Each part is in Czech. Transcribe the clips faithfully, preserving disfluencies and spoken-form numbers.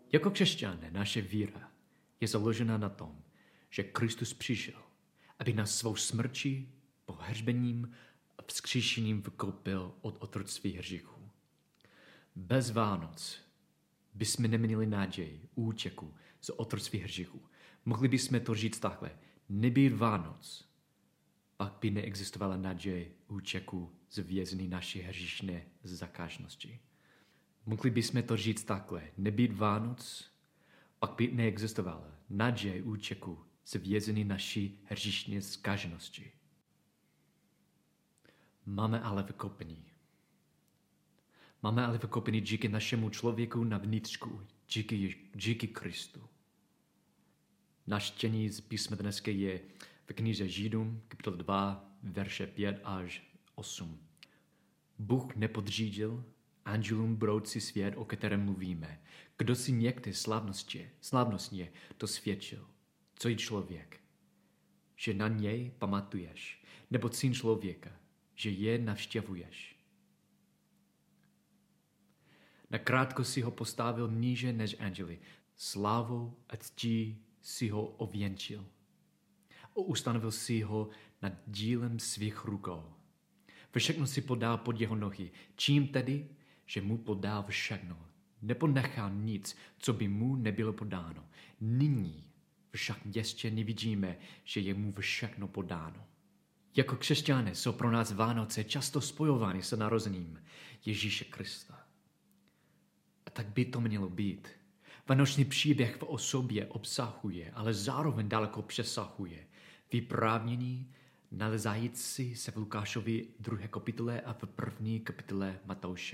Jako křesťané naše víra je založena na tom, že Kristus přišel, aby nás svou smrtí, pohřbením a vzkříšením vykoupil od otroctví hříchu. Bez Vánoc bychom neměli naději útěku z otroctví hříchu. Mohli bychom to říct takhle. Nebýt Vánoc, pak by neexistovala naděje útěku z vězení naší hříšné zakážnosti. Mohli bychom to říct takhle. Nebýt Vánoc, pak by neexistovala naděje útěku z vězení naší hříšné zkaženosti. Máme ale vykoupení. Máme ale vykoupení díky našemu člověku na vnitřku, díky, díky Kristu. Náš čtení z písma dneska je v knize Židům, kapitola dva, verše pět až osm. Bůh nepodřídil andělům brouci svět, o kterém mluvíme. Kdo si někdy slavnostně, slavnostně to svědčil? Co je člověk? Že na něj pamatuješ, nebo syn člověka, že je navštěvuješ. Nakrátko si ho postavil níže než anděli. Slávou a ctí si ho ověnčil. Ustanovil si ho nad dílem svých rukou. Všechno si podal pod jeho nohy. Čím tedy, že mu podal všechno? Neponechal nic, co by mu nebylo podáno. Nyní však ještě nevidíme, že je mu všechno podáno. Jako křesťané jsou pro nás Vánoce často spojovány se narozením Ježíše Krista. A tak by to mělo být. Vánoční příběh v osobě obsahuje, ale zároveň daleko přesahuje vyprávění nalezající se v Lukášově druhé kapitole a v první kapitole Matouše.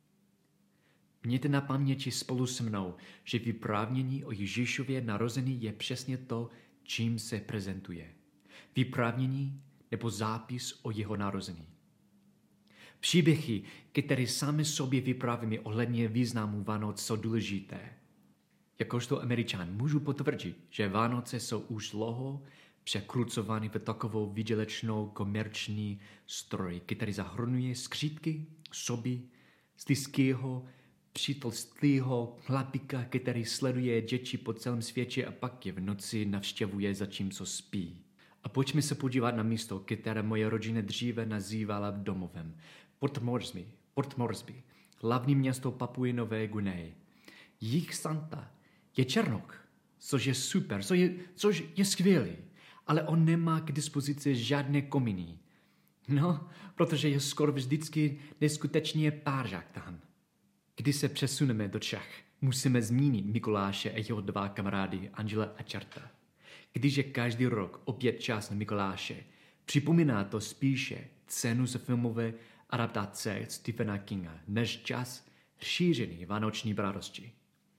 Mějte na paměti spolu se mnou, že vyprávění o Ježíšově narození je přesně to, čím se prezentuje. Vyprávění nebo zápis o jeho narození. Příběhy, které sami sobě vyprávíme ohledně významu Vánoc, jsou důležité. Jakožto Američan můžu potvrdit, že Vánoce jsou už dlouho překrucovány v takovou výdělečnou komerční stroj, který zahrnuje skřítky, soby, stýského, přítelstvého chlapíka, který sleduje děti po celém světě a pak je v noci navštěvuje, zatímco spí. A pojďme se podívat na místo, které moje rodina dříve nazývala domovem. Port Moresby, Port Moresby, hlavní město Papuji Nové Guineje. Jejich Santa je černok, což je super, což je, což je skvělý, ale on nemá k dispozici žádné kominy. No, protože je skoro vždycky neskutečně pářák tam. Když se přesuneme do Čech, musíme zmínit Mikuláše a jeho dva kamarády Angela a Čarta. Když je každý rok opět čas na Mikuláše, připomíná to spíše cenu z filmové adaptace Stephena Kinga, než čas šíření vánoční radosti.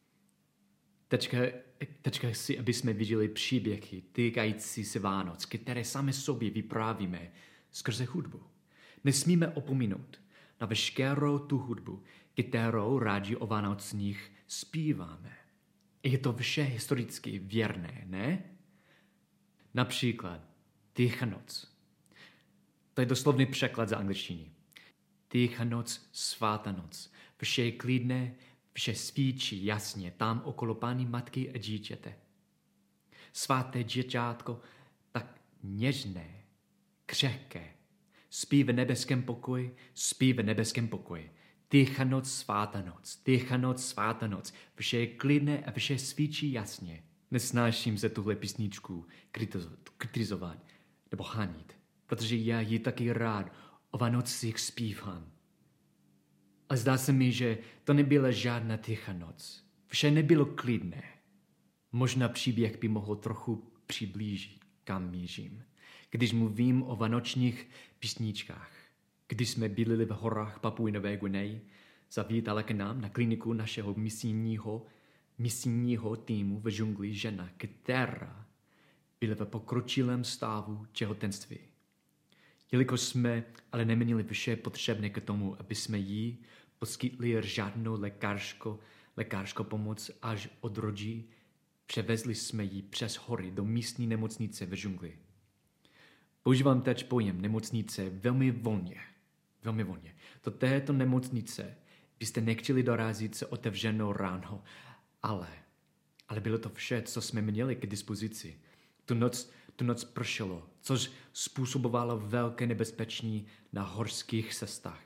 Teďka, teďka si, aby jsme viděli příběhy týkající se Vánoc, které sami sobě vyprávíme skrze hudbu. Nesmíme opominout na veškerou tu hudbu, kterou rádi o Vánocích zpíváme. Je to vše historicky věrné, ne? Například Tichá noc. To je doslovný překlad z angličtiny. Tichá noc, svatá noc. Vše je klidné, vše svíčí jasně tam okolo Panny Matky a dítěte. Svaté děťátko, tak něžné, křehké. Spí v nebeském pokoji, spí v nebeském pokoji. Tichá noc, svatá noc, tichá noc, svatá noc. Vše je klidné a vše svíčí jasně. Nesnáším se tuhle písničku kritizovat nebo hanit, protože já ji taky rád o Vánocích zpívám. Ale zdá se mi, že to nebyla žádná tichá noc. Vše nebylo klidné. Možná příběh by mohl trochu přiblížit, kam mířím. Když mluvím o vánočních písničkách, když jsme bydleli v horách Papuji Nové Guineji, zavítala k nám na kliniku našeho misijního, misijního týmu v džungli žena, která byla v pokročilém stavu těhotenství. Jelikož jsme ale neměli vše potřebné k tomu, aby jsme jí poskytli žádnou lékařskou, lékařskou pomoc až od rodí, převezli jsme ji přes hory do místní nemocnice v džungli. Používám teď pojem nemocnice velmi volně. Velmi volně. Do této nemocnice byste nechtěli dorazit se otevřenou ráno Ale, ale bylo to vše, co jsme měli k dispozici. Tu noc, tu noc pršelo, což způsobovalo velké nebezpečí na horských cestách.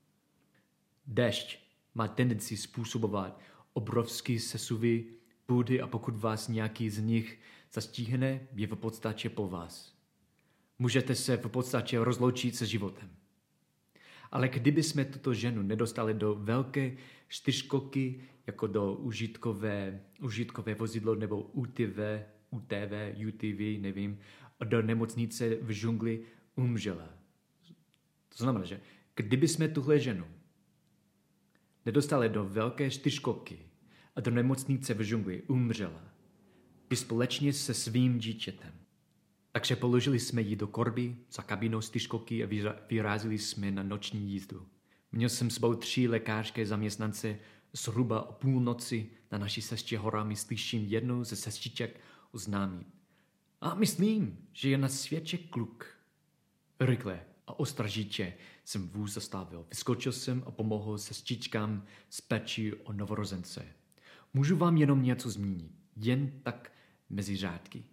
Déšť má tendenci způsobovat obrovský sesuvy půdy a pokud vás nějaký z nich zastíhne, je v podstatě po vás. Můžete se v podstatě rozloučit se životem. Ale kdyby jsme tuto ženu nedostali do velké čtyřkolky, jako do užitkové, užitkové vozidlo nebo U T V, U T V, U T V, nevím, do nemocnice v džungli umřela. To znamená, že kdyby jsme tuhle ženu nedostali do velké čtyřkolky a do nemocnice v džungli umřela, by společně se svým dítětem. Takže položili jsme ji do korby za kabinou čtyřkolky a vyrazili jsme na noční jízdu. Měl jsem s sebou tři lékařské zaměstnance. Zhruba o půlnoci na naší cestě horami slyším jednu ze sestřiček oznámit. A myslím, že je na světě kluk. Rychle a ostražitě jsem vůz zastavil. Vyskočil jsem a pomohl sestřičkám s péčí o novorozence. Můžu vám jenom něco zmínit, jen tak mezi řádky.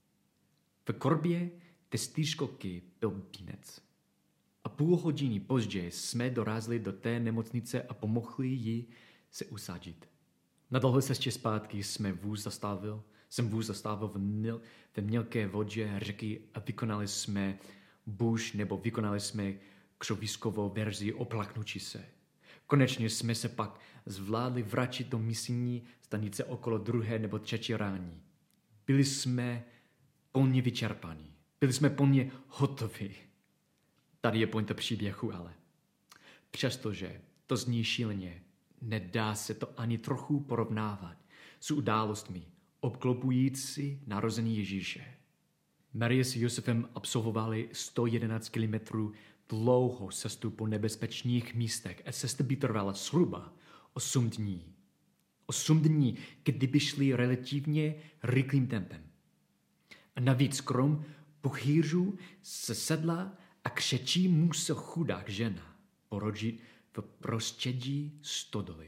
V korbě té čtyřkolky byl bínec. A půl hodiny později jsme dorazili do té nemocnice a pomohli jí se usadit. Na dlouhé cestě zpátky jsme vůz zastavil, jsem vůz zastavil v, mil, v mělké vodě řeky a vykonali jsme buš nebo vykonali jsme křoviskovou verzi oplaknutí se. Konečně jsme se pak zvládli vrátit do misijní stanice okolo druhé nebo třetí rání. Byli jsme plně vyčerpaní. Byli jsme plně hotoví. Tady je pointa příběhu, ale přestože to zní šíleně, nedá se to ani trochu porovnávat s událostmi obklopující narození Ježíše. Marie s Josefem absolvovali sto jedenáct kilometrů dlouhou cestu po nebezpečných místech a cesta by trvala zhruba osm dní. Osm dní, kdyby šli relativně rychlým tempem. A navíc krom pochýřů se sedla a křečí musel chudák žena porodit v prostředí stodoly.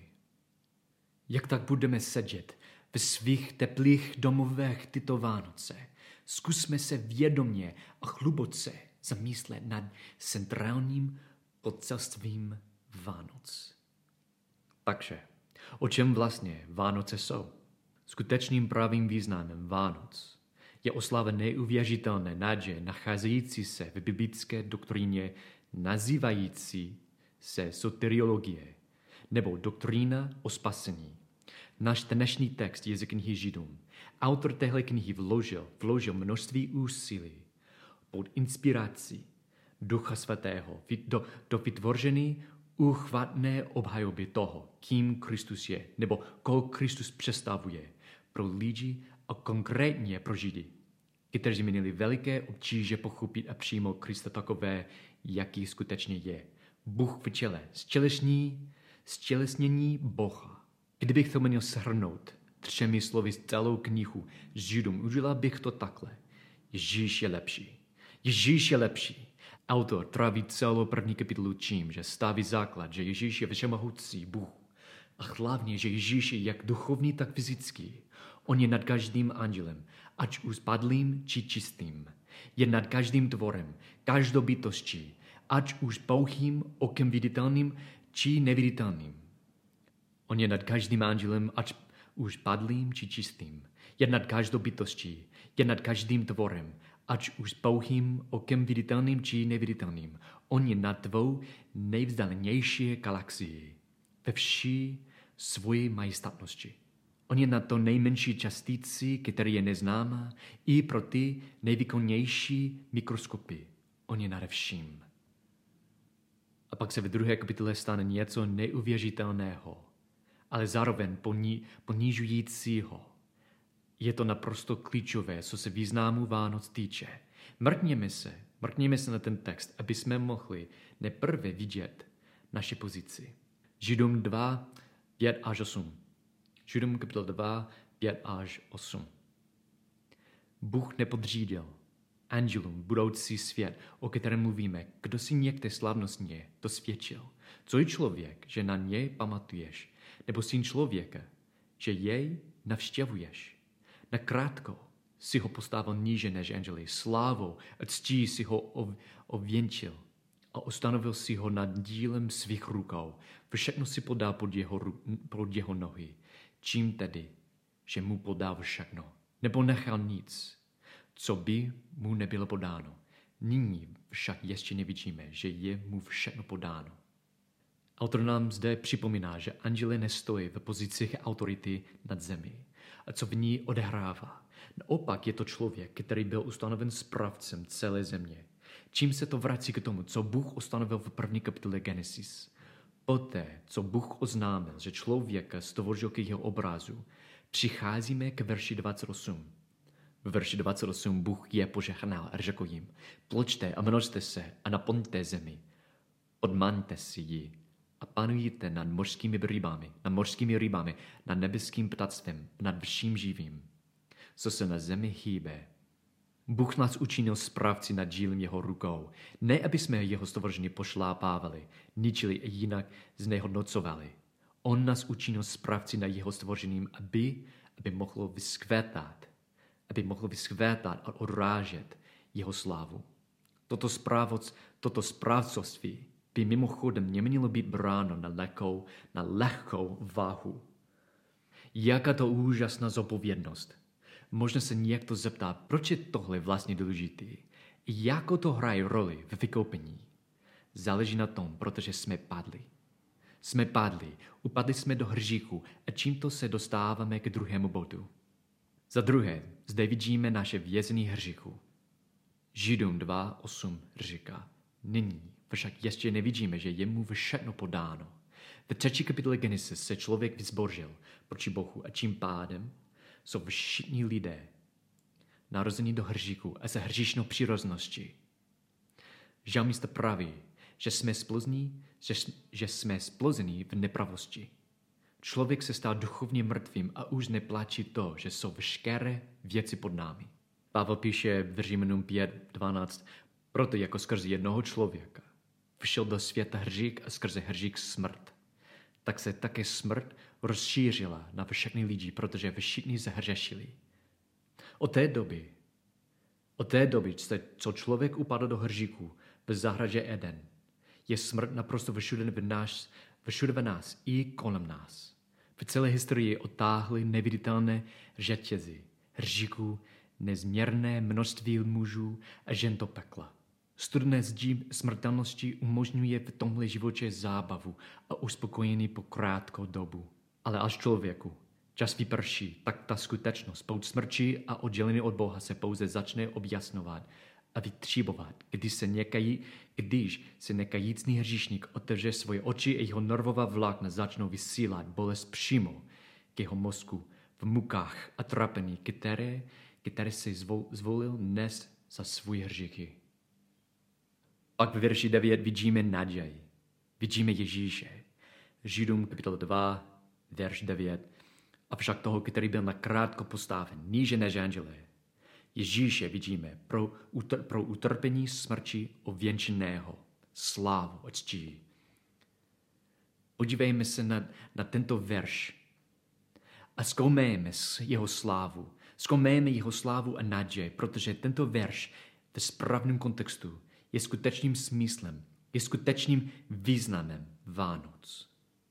Jak tak budeme sedět ve svých teplých domovech tyto Vánoce? Zkusme se vědomě a hluboce zamyslet nad centrálním podselstvím Vánoc. Takže, o čem vlastně Vánoce jsou? Skutečným pravým významem Vánoc je oslava neuvěřitelné naděje nacházející se v biblické doktríně nazývající se soteriologie nebo doktrína o spasení. Náš dnešní text je z knihy Židům. Autor téhle knihy vložil, vložil množství úsilí pod inspirací Ducha Svatého do, do vytvoření uchvatné obhajoby toho, kým Kristus je, nebo koho Kristus představuje pro lidi a konkrétně pro Židy, kteří měli veliké obtíže pochopit a přijmout Krista takové, jaký skutečně je. Bůh v těle, ztělesnění, ztělesnění Boha. Kdybych to měl shrnout třemi slovy z celou knihu Židům, udělal bych to takhle. Ježíš je lepší. Ježíš je lepší. Autor tráví celou první kapitolu tím, že staví základ, že Ježíš je všemohoucí Bůh. A hlavně, že Ježíš je jak duchovní, tak fyzický. On je nad každým andělem, ať už padlým či čistým. Je nad každým tvorem, každou bytostí, ať už pouhým okem viditelným či neviditelným. On je nad každým andělem, ať už padlým či čistým. Je nad každou bytostí, je nad každým tvorem, ať už pouhým okem viditelným či neviditelným. On je nad tvou nejvzdálenější galaxii ve vší svojí majestátnosti. On je na to nejmenší částici, která je neznámá, i pro ty nejvýkonnější mikroskopy. On je nade vším. A pak se v druhé kapitole stane něco neuvěřitelného, ale zároveň poní, ponižujícího. Je to naprosto klíčové, co se významu Vánoc týče. Mrkněme se, mrkněme se na ten text, aby jsme mohli neprve vidět naši pozici. Židům dva, pět až osm. Židům kapitola dva, pět až osm. Bůh nepodřídil andělům budoucí svět, o kterém mluvíme. Kdo si někde slavnostně dosvědčil? Co je člověk, že na něj pamatuješ? Nebo syn člověka, že jej navštěvuješ. Nakrátko si ho postavil níže než anděli, slávou a ctí si ho ověnčil a ustanovil si ho nad dílem svých rukou. Všechno si podal pod jeho, pod jeho nohy. Čím tedy, že mu podal všechno, nebo nechal nic, co by mu nebylo podáno. Nyní však ještě nevidíme, že je mu všechno podáno. Autor nám zde připomíná, že anděle nestojí v pozicích autority nad zemi a co v ní odehrává. Naopak je to člověk, který byl ustanoven správcem celé země. Čím se to vrací k tomu, co Bůh ustanovil v první kapitole Genesis. Poté, co Bůh oznámil, že člověka stvořil k jeho obrazu, přicházíme k verši dvacet osm. V verši dvacet osm Bůh je požehnal a řekl jim: ploďte a množte se a naplňte zemi. Odmaňte si ji a panujte nad mořskými rybami, nad mořskými rybami, nad nebeským ptactvem, nad vším živým, co se na zemi hýbe. Bůh nás učinil správci nad dílem jeho rukou, ne aby jsme jeho stvoření pošlápávali, ničili a jinak znehodnocovali. On nás učinil správci nad jeho stvořením, aby, aby mohlo vyskvétat, aby mohlo vyskvétat a odrážet jeho slávu. Toto, správc, toto správcovství by mimochodem nemělo být bráno na lehkou, na lehkou váhu. Jaká to úžasná zodpovědnost. Možná se někdo zeptá, proč je tohle vlastně důležité? Jakou to hraje roli ve vykoupení? Záleží na tom, protože jsme padli. Jsme padli, upadli jsme do hříchu a tímto se dostáváme k druhému bodu. Za druhé, zde vidíme naše vězení hříchu. Židům dva osm říká: nyní však ještě nevidíme, že je mu všechno podáno. V třetí kapitole Genesis se člověk vyzbořil proti Bohu a tím pádem jsou všichni lidé narození do hříchu a se hříšnou přirozeností. Žalmista praví, že jsme splozní, že, že jsme splození v nepravosti. Člověk se stal duchovně mrtvým a už neplatí to, že jsou veškeré věci pod námi. Pavel píše v Římanům pět dvanáct: proto jako skrze jednoho člověka všel do světa hřích a skrze hřích smrt. Tak se také smrt rozšířila na všechny lidi, protože všichni zahřešili. Od té doby, od té doby, co člověk upadl do hříchu v zahradě Eden, je smrt naprosto všude v nás, všude v nás i kolem nás. V celé historii otáhly neviditelné řetězy hříchu, nezměrné množství mužů a žen do pekla. Studené zdi smrtelnosti umožňuje v tomhle životě zábavu a uspokojení po krátkou dobu. Ale až člověku čas vyprší, tak ta skutečnost pout smrti a oddělení od Boha se pouze začne objasňovat a vytříbovat, když se, nekají, když se nekajícný hříšník otevře svoje oči a jeho nervová vlákna začnou vysílat bolest přímo k jeho mozku v mukách a trápení, které, které se zvol, zvolil nést za svůj hříchy. Pak v verši devět vidíme naději. Vidíme Ježíše. Židům kapitola dva, verš devět. Avšak toho, který byl nakrátko postaven níže než anděle. Ježíše vidíme pro, utr, pro utrpení smrti ověnčeného, slávu a ctí. Podívejme se na, na tento verš a zkoumejme jeho slávu. Zkoumejme jeho slávu a naději, protože tento verš v správném kontextu je skutečným smyslem, je skutečným významem Vánoc.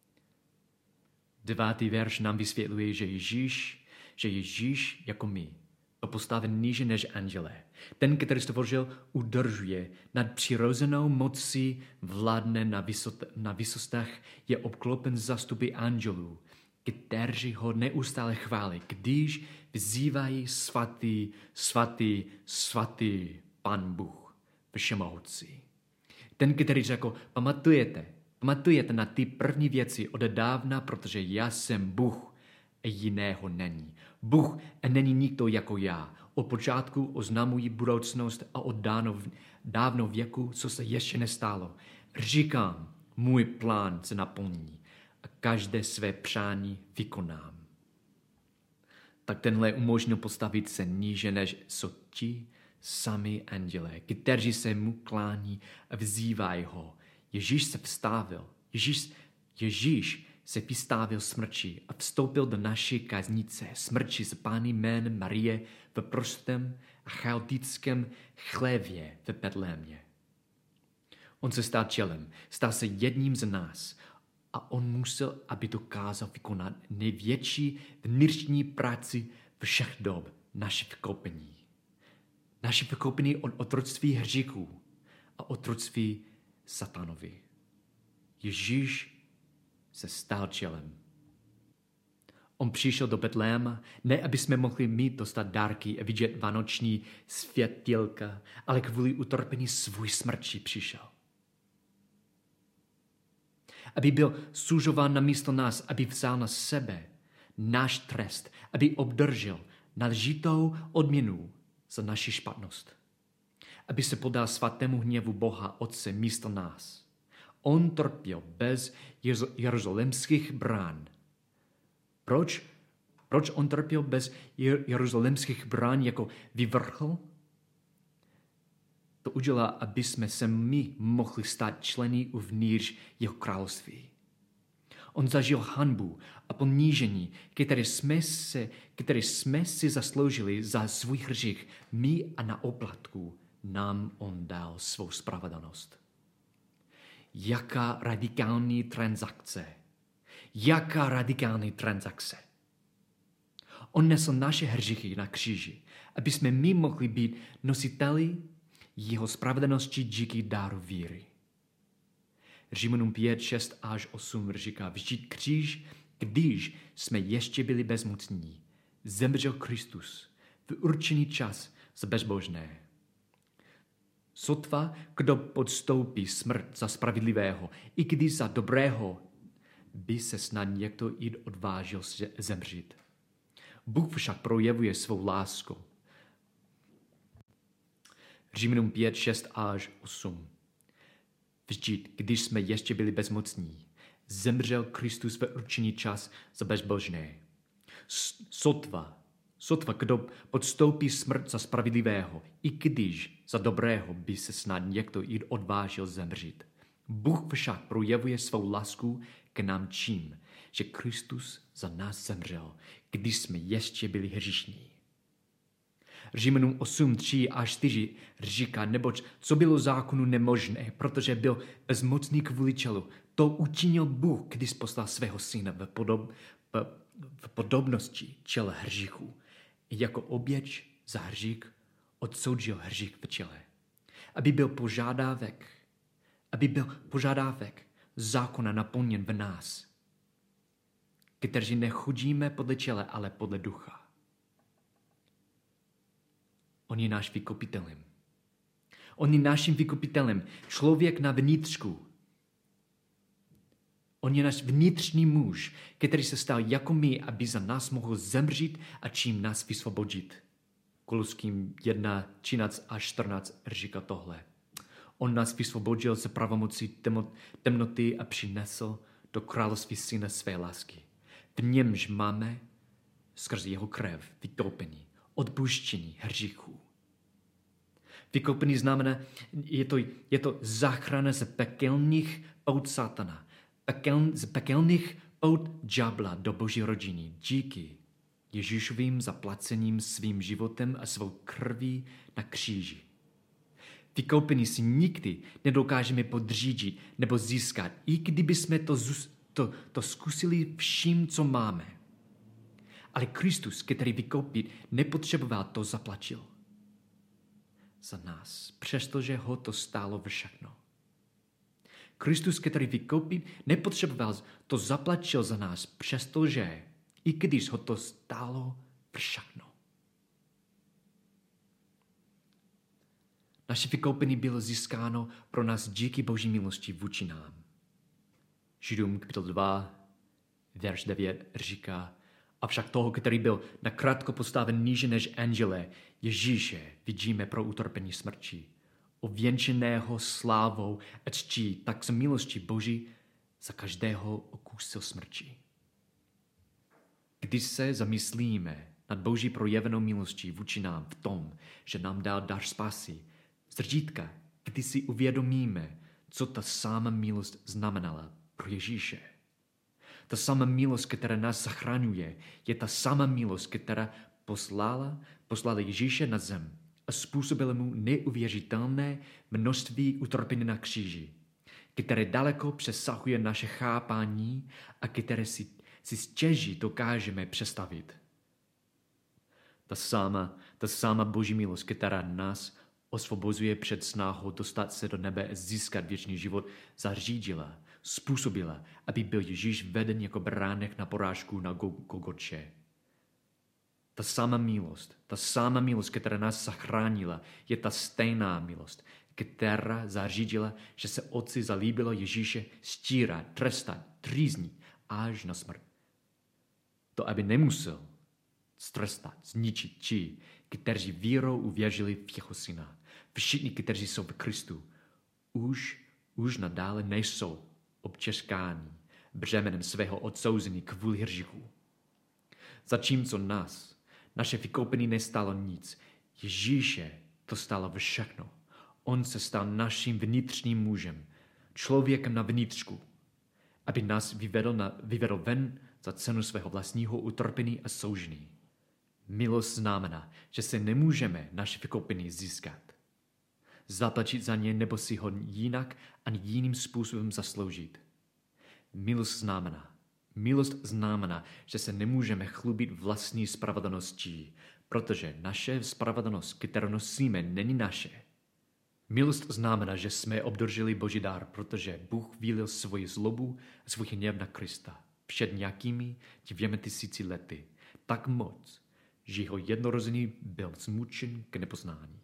Devátý verš nám vysvětluje, že Ježíš, že Ježíš jako my byl postaven níže než anděle. Ten, který stvořil, udržuje nad přirozenou mocí, vládne na, vysot, na vysostech, je obklopen zastupy andělů, kteří ho neustále chválí, když vzývají svatý, svatý, svatý Pan Bůh, všemohoucí. Ten, který řekl: pamatujete, pamatujete na ty první věci od dávna, protože já jsem Bůh a jiného není. Bůh a není nikdo jako já. Od počátku oznamují budoucnost a od dávno, dávno věku, co se ještě nestalo. Říkám, můj plán se naplní a každé své přání vykonám. Tak tenhle umožnil postavit se níže, než jsou ti sami andělé, kteří se mu klání a vzývají ho. Ježíš se vstávil. Ježíš, Ježíš se vystavil smrti a vstoupil do naší kaznice smrti s Panny jménem Marie v prostém a chaotickém chlévě v Betlémě. On se stal tělem, stal se jedním z nás a on musel, aby dokázal vykonat největší vnitřní práci všech dob, naše vykoupení. Naše vykoupení od otroctví hříchů a otroctví satanovi. Ježíš se stal tělem. On přišel do Betléma, ne aby jsme mohli mít dostat dárky a vidět vánoční světýlka, ale kvůli utrpení svůj smrti přišel. Aby byl sužován na místo nás, aby vzal na sebe náš trest, aby obdržel náležitou odměnu za naši špatnost. Aby se podal svatému hněvu Boha Otce místo nás. On trpěl bez jeruzalémských brán. Proč? Proč on trpěl bez jeruzalémských brán jako vyvrchl? To udělá, aby jsme se my mohli stát členy uvnitř jeho království. On zažil hanbu a ponížení, které jsme, se, které jsme si zasloužili za svůj hřích. My a na oplatku nám on dal svou spravedlnost. Jaká radikální transakce. Jaká radikální transakce. On nesl naše hříchy na kříži, aby jsme my mohli být nositeli jeho spravedlnosti díky dáru víry. Římanům pět, šest až osm říká, vždyť kříž, když jsme ještě byli bezmocní, zemřel Kristus v určený čas za bezbožné. Sotva, kdo podstoupí smrt za spravedlivého, i když za dobrého, by se snad někdo i odvážil zemřít. Bůh však projevuje svou lásku. Římanům pět, šest až osm. Vždyť, když jsme ještě byli bezmocní, zemřel Kristus ve určený čas za bezbožné. Sotva, sotva, kdo podstoupí smrt za spravedlivého, i když za dobrého by se snad někdo i odvážil zemřít. Bůh však projevuje svou lásku k nám čím, že Kristus za nás zemřel, když jsme ještě byli hříšní. Římanům osm, tři a čtyři říká, neboť co bylo zákonu nemožné, protože byl bezmocný kvůli tělu, to učinil Bůh, když poslal svého syna v, podob, v podobnosti těla hříchu. Jako oběť za hřích odsoudil hřích v těle. Aby byl požadavek, aby byl požadavek zákona naplněn v nás, kteří nechodíme podle těla, ale podle ducha. On je náš vykupitelem. On je naším vykupitelem. Člověk na vnitřku. On je náš vnitřní muž, který se stal jako my, aby za nás mohl zemřít a čím nás vysvobodit. Koloským jedna, třináct a čtrnáct říká tohle. On nás vysvobodil ze pravomocí temnoty a přinesl do království syna své lásky. V němž máme skrze jeho krev vykoupení, odpuštění hříchů. Vykoupení znamená, je to, je to záchrana z pekelných pout satana, pekel, z pekelných pout ďábla do boží rodiny díky Ježíšovým zaplacením svým životem a svou krví na kříži. Vykoupení si nikdy nedokážeme podřídit nebo získat, i kdyby jsme to, to, to zkusili vším, co máme. Ale Kristus, který vykoupit nepotřeboval, to zaplatil za nás, přestože ho to stálo všechno. Kristus, který vykoupit nepotřeboval, to zaplatil za nás, přestože i když ho to stálo všechno. Naše vykoupení bylo získáno pro nás díky boží milosti vůči nám. Židům kapitol dva, verš devět říká, avšak toho, který byl nakrátko postaven níže než anděle, Ježíše, vidíme pro utrpení smrti, ověnčeného slávou a ctí, tak z milosti Boží za každého okusil smrti. Když se zamyslíme nad Boží projevenou milostí vůči nám v tom, že nám dal dar spásy, zřídka, kdy si uvědomíme, co ta sama milost znamenala pro Ježíše. Ta sama milost, která nás zachraňuje, je ta sama milost, která poslala, poslala Ježíše na zem a způsobila mu neuvěřitelné množství utrpení na kříži, které daleko přesahuje naše chápání a které si, si stěží dokážeme představit. Ta sama, ta sama Boží milost, která nás osvobozuje před snahou dostat se do nebe a získat věčný život, zařídila, způsobila, aby byl Ježíš veden jako beránek na porážku na Golgotě. Ta sama milost, ta sama milost, která nás zachránila, je ta stejná milost, která zařídila, že se Otci zalíbilo Ježíše stírat, trestat, trýznit až na smrt. To, aby nemusel strestat, zničit ti, kteří vírou uvěřili v jeho syna. Všichni, kteří jsou v Kristu, už, už nadále nejsou obtěžkáni břemenem svého odsouzení kvůli hříchu. Zatímco nás, naše vykoupení nestálo nic, Ježíše to stálo všechno. On se stal naším vnitřním mužem, člověkem na vnitřku, aby nás vyvedl, na, vyvedl ven za cenu svého vlastního utrpení a soužení. Milost znamená, že se nemůžeme naše vykoupení získat, zaplatit za ně nebo si ho jinak ani jiným způsobem zasloužit. Milost znamená, milost znamená, že se nemůžeme chlubit vlastní spravedlností, protože naše spravedlnost, kterou nosíme, není naše. Milost znamená, že jsme obdrželi Boží dar, protože Bůh vylil svoji zlobu a svůj hněv na Krista před nějakými dvěma tisíci lety. Tak moc, že jeho jednorozený byl zmučen k nepoznání.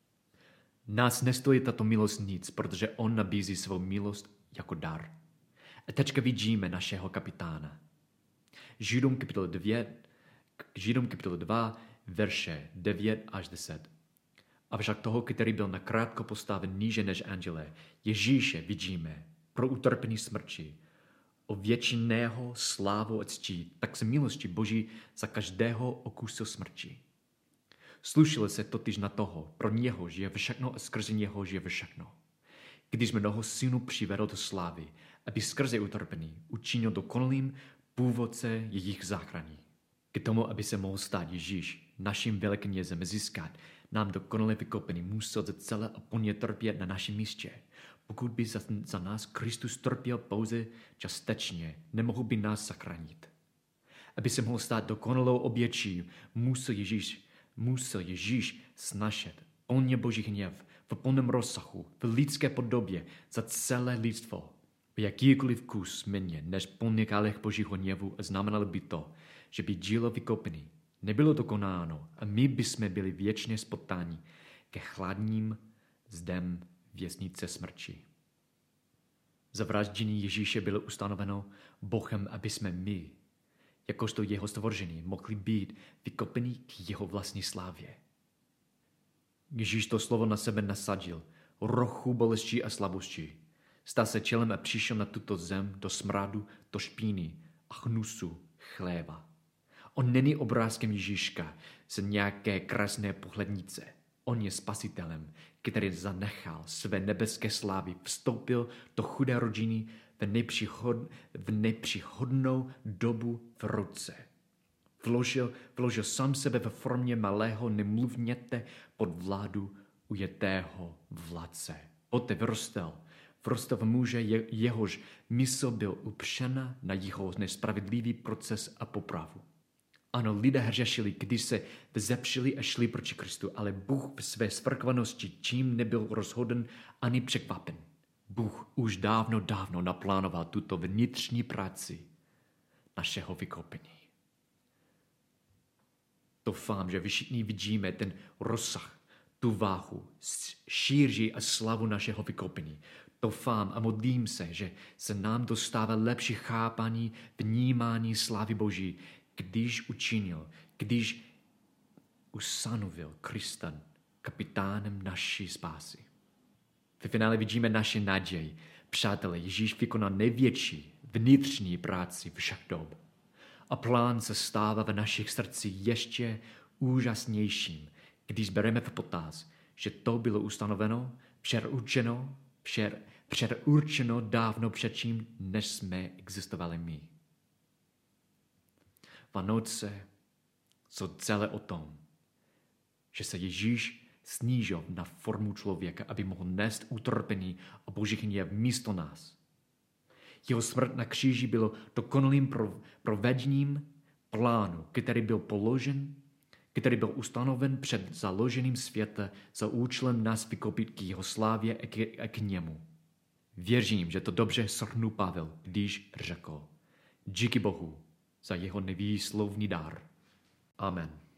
Nás nestojí tato milost nic, protože on nabízí svou milost jako dar. A teďka vidíme našeho kapitána. Židům kapitola dva, Židům kapitola dva, verše devět až deset. Avšak toho, který byl nakrátko postaven níže než anděle, Ježíše vidíme pro utrpení smrti, o věčného slávu a ctí, tak se milosti Boží za každého okusil smrti. Slušilo se totiž na toho, pro něhož je všechno a skrze něhož je všechno. Když mnoho synů přivedl do slávy, aby skrze utrpení učinil dokonalým původce jejich záchrany. K tomu, aby se mohl stát Ježíš, naším veleknězem získat, nám dokonale vykoupení musel celé a plně trpět na našem místě. Pokud by za, za nás Kristus trpěl pouze částečně, nemohl by nás zachránit. Aby se mohl stát dokonalou obětí, musel Ježíš, musel Ježíš snašet plně Boží hněv v plném rozsahu, v lidské podobě za celé lidstvo. Jakýkoliv kus méně než plný kalich Božího hněvu a znamenalo by to, že by dílo vykoupení nebylo dokonáno a my bychom byli věčně spotáni ke chladným zdem věznice smrti. Zavraždění Ježíše bylo ustanoveno Bohem, aby jsme my, jakožto jeho stvoření, mohli být vykoupeni k jeho vlastní slávě. Ježíš to slovo na sebe nasadil, rochu bolesti a slabosti. Stal se čelem a přišel na tuto zem do smradu, do špíny a hnusu chléva. On není obrázkem Ježíška z nějaké krásné pohlednice. On je spasitelem, který zanechal své nebeské slávy, vstoupil do chudé rodiny v, nepřichod, v nepřichodnou dobu v roce. Vložil, vložil sám sebe ve formě malého nemluvněte pod vládu ujetého vládce. Poté vyrostl, vyrostl v muže, je, jehož mysl byl upřena na jeho nespravedlivý proces a popravu. Ano, lidé hřešili, když se vzepřili a šli proti Kristu, ale Bůh v své svrchovanosti čím nebyl rozhoden ani překvapen. Bůh už dávno, dávno naplánoval tuto vnitřní práci našeho vykoupení. Doufám, že všichni vidíme ten rozsah, tu váhu, šíři a slavu našeho vykoupení. Doufám a modlím se, že se nám dostává lepší chápání, vnímání slávy Boží, když učinil, když ustanovil Krista kapitánem naší spásy. Ve finále vidíme naše naději. Přátelé, Ježíš vykonal největší vnitřní práci všech dob. A plán se stává v našich srdcích ještě úžasnějším, když bereme v potaz, že to bylo ustanoveno, předurčeno, před, předurčeno dávno předtím, než jsme existovali my. Vánoce jsou celé o tom, že se Ježíš snížil na formu člověka, aby mohl nést utrpení a boží hněv místo nás. Jeho smrt na kříži bylo dokonalým provedením plánu, který byl položen, který byl ustanoven před založením světa za účelem nás vykopit k jeho slávě a k, a k němu. Věřím, že to dobře shrnul Pavel, když řekl: díky Bohu za jeho nevýslovný dar. Amen.